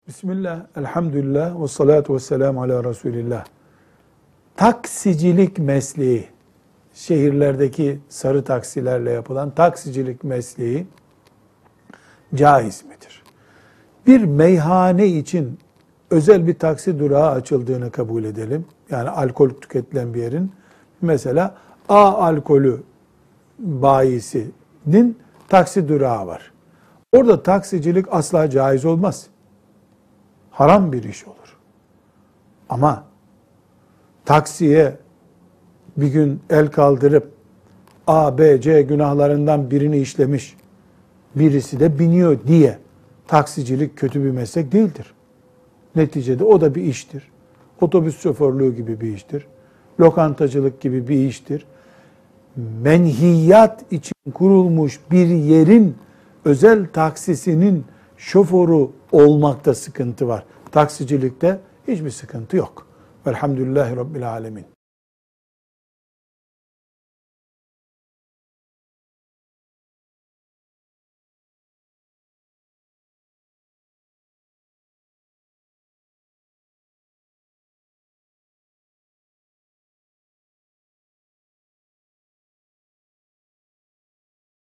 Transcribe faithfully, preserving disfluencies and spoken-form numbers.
Bismillah, elhamdülillah, ve salatu ve selamu ala Resulillah. Taksicilik mesleği, şehirlerdeki sarı taksilerle yapılan taksicilik mesleği caiz midir? Bir meyhane için özel bir taksi durağı açıldığını kabul edelim. Yani alkol tüketilen bir yerin. Mesela A alkolü bayisinin taksi durağı var. Orada taksicilik asla caiz olmaz. Haram bir iş olur. Ama taksiye bir gün el kaldırıp A, B, C günahlarından birini işlemiş birisi de biniyor diye taksicilik kötü bir meslek değildir. Neticede o da bir iştir. Otobüs şoförlüğü gibi bir iştir. Lokantacılık gibi bir iştir. Menhiyat için kurulmuş bir yerin özel taksisinin şoförü olmakta sıkıntı var. Taksicilikte hiçbir sıkıntı yok. Velhamdülillahi Rabbil Alemin.